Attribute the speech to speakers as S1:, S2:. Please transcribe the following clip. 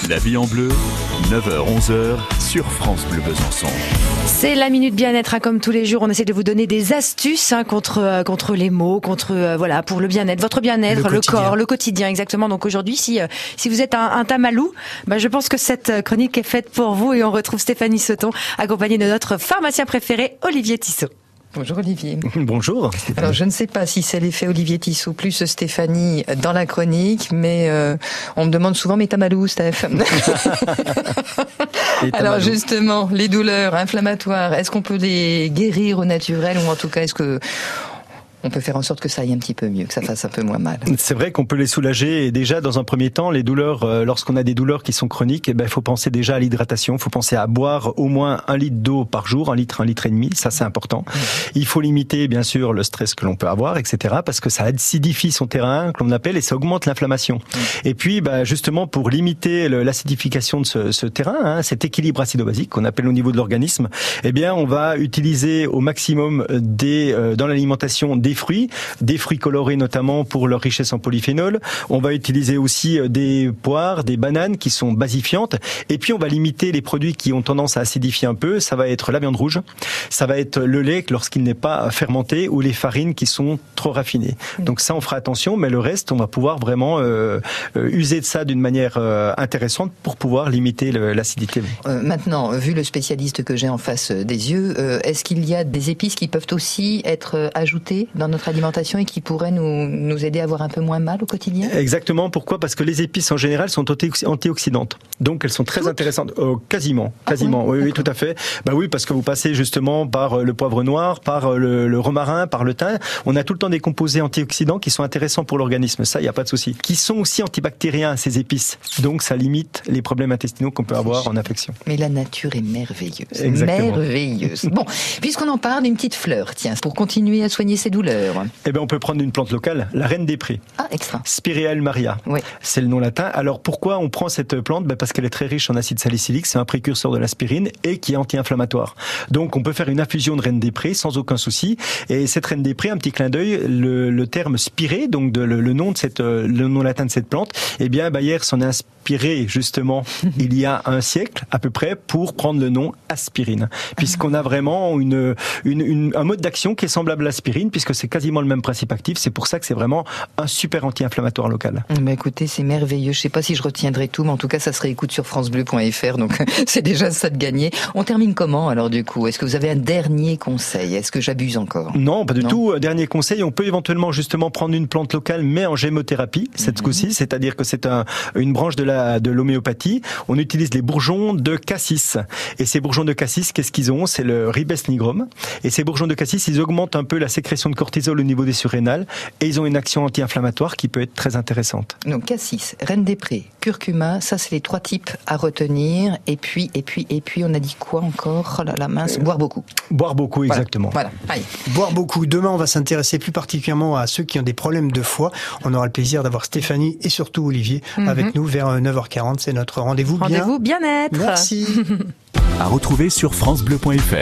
S1: La vie en bleu, 9h-11h sur France Bleu Besançon.
S2: C'est la minute bien-être, comme tous les jours. On essaie de vous donner des astuces contre les maux, voilà, pour le bien-être, votre bien-être, le corps, le quotidien, exactement. Donc aujourd'hui, si vous êtes un tamalou, je pense que cette chronique est faite pour vous et on retrouve Stéphanie Sauton, accompagnée de notre pharmacien préféré, Olivier Tissot.
S3: Bonjour Olivier.
S4: Bonjour.
S3: Alors je ne sais pas si c'est l'effet Olivier Tissot plus Stéphanie dans la chronique, mais on me demande souvent, mais tamalou, Steph. Alors justement, les douleurs inflammatoires, est-ce qu'on peut les guérir au naturel, ou en tout cas est-ce que on peut faire en sorte que ça aille un petit peu mieux, que ça fasse un peu moins mal?
S4: C'est vrai qu'on peut les soulager, et déjà dans un premier temps, les douleurs, lorsqu'on a des douleurs qui sont chroniques, il faut penser déjà à l'hydratation, il faut penser à boire au moins 1 litre d'eau par jour, 1 litre et demi, ça c'est important. Il faut limiter bien sûr le stress que l'on peut avoir, etc., parce que ça acidifie son terrain, que l'on appelle, et ça augmente l'inflammation. Et puis justement pour limiter l'acidification de ce terrain, cet équilibre acido-basique qu'on appelle au niveau de l'organisme, on va utiliser au maximum dans l'alimentation des fruits colorés notamment pour leur richesse en polyphénol. On va utiliser aussi des poires, des bananes qui sont basifiantes. Et puis on va limiter les produits qui ont tendance à acidifier un peu. Ça va être la viande rouge, ça va être le lait lorsqu'il n'est pas fermenté, ou les farines qui sont trop raffinées. Donc ça, on fera attention, mais le reste, on va pouvoir vraiment user de ça d'une manière intéressante pour pouvoir limiter l'acidité.
S3: Maintenant, vu le spécialiste que j'ai en face des yeux, est-ce qu'il y a des épices qui peuvent aussi être ajoutées dans notre alimentation et qui pourraient nous aider à avoir un peu moins mal au quotidien?
S4: Exactement. Pourquoi? Parce que les épices en général sont antioxydantes. Donc elles sont très intéressantes. Quasiment. Oui, tout à fait. Oui, parce que vous passez justement par le poivre noir, par le romarin, par le thym. On a tout le temps des composés antioxydants qui sont intéressants pour l'organisme. Ça, il n'y a pas de souci. Qui sont aussi antibactériens, ces épices. Donc ça limite les problèmes intestinaux qu'on peut avoir en infection.
S3: Mais la nature est merveilleuse.
S4: Exactement.
S3: Merveilleuse. Bon, puisqu'on en parle, une petite fleur, tiens, pour continuer à soigner ces douleurs.
S4: On peut prendre une plante locale, la reine des prés.
S3: Ah, extra.
S4: Spirea almaria.
S3: Oui.
S4: C'est le nom latin. Alors pourquoi on prend cette plante? Parce qu'elle est très riche en acide salicylique, c'est un précurseur de l'aspirine et qui est anti-inflammatoire. Donc on peut faire une infusion de reine des prés sans aucun souci. Et cette reine des prés, un petit clin d'œil, le terme spirée, donc le nom latin de cette plante, Bayer s'en est inspiré justement il y a un siècle à peu près pour prendre le nom aspirine, puisqu'on a vraiment un mode d'action qui est semblable à l'aspirine, puisque c'est quasiment le même principe actif. C'est pour ça que c'est vraiment un super anti-inflammatoire local.
S3: Écoutez, c'est merveilleux. Je sais pas si je retiendrai tout, mais en tout cas, ça se réécoute sur francebleu.fr, donc c'est déjà ça de gagner. On termine comment alors du coup? Est-ce que vous avez un dernier conseil? Est-ce que j'abuse encore?
S4: Non, pas du tout. Dernier conseil, on peut éventuellement justement prendre une plante locale, mais en gémothérapie, cette fois-ci, c'est-à-dire que c'est une branche de l'homéopathie. On utilise les bourgeons de cassis. Et ces bourgeons de cassis, qu'est-ce qu'ils ont? C'est le ribes nigrum. Et ces bourgeons de cassis, ils augmentent un peu la sécrétion de cortisol au niveau des surrénales, et ils ont une action anti-inflammatoire qui peut être très intéressante.
S3: Donc cassis, reine des prés, curcuma, ça c'est les 3 types à retenir. Et puis on a dit quoi encore? Oh là là, mince, boire beaucoup.
S4: Boire beaucoup, exactement.
S3: Voilà. Allez.
S5: Boire beaucoup. Demain, on va s'intéresser plus particulièrement à ceux qui ont des problèmes de foie. On aura le plaisir d'avoir Stéphanie et surtout Olivier avec nous vers 9h40. C'est notre rendez-vous
S2: bien-être.
S5: Merci.
S1: À retrouver sur francebleu.fr.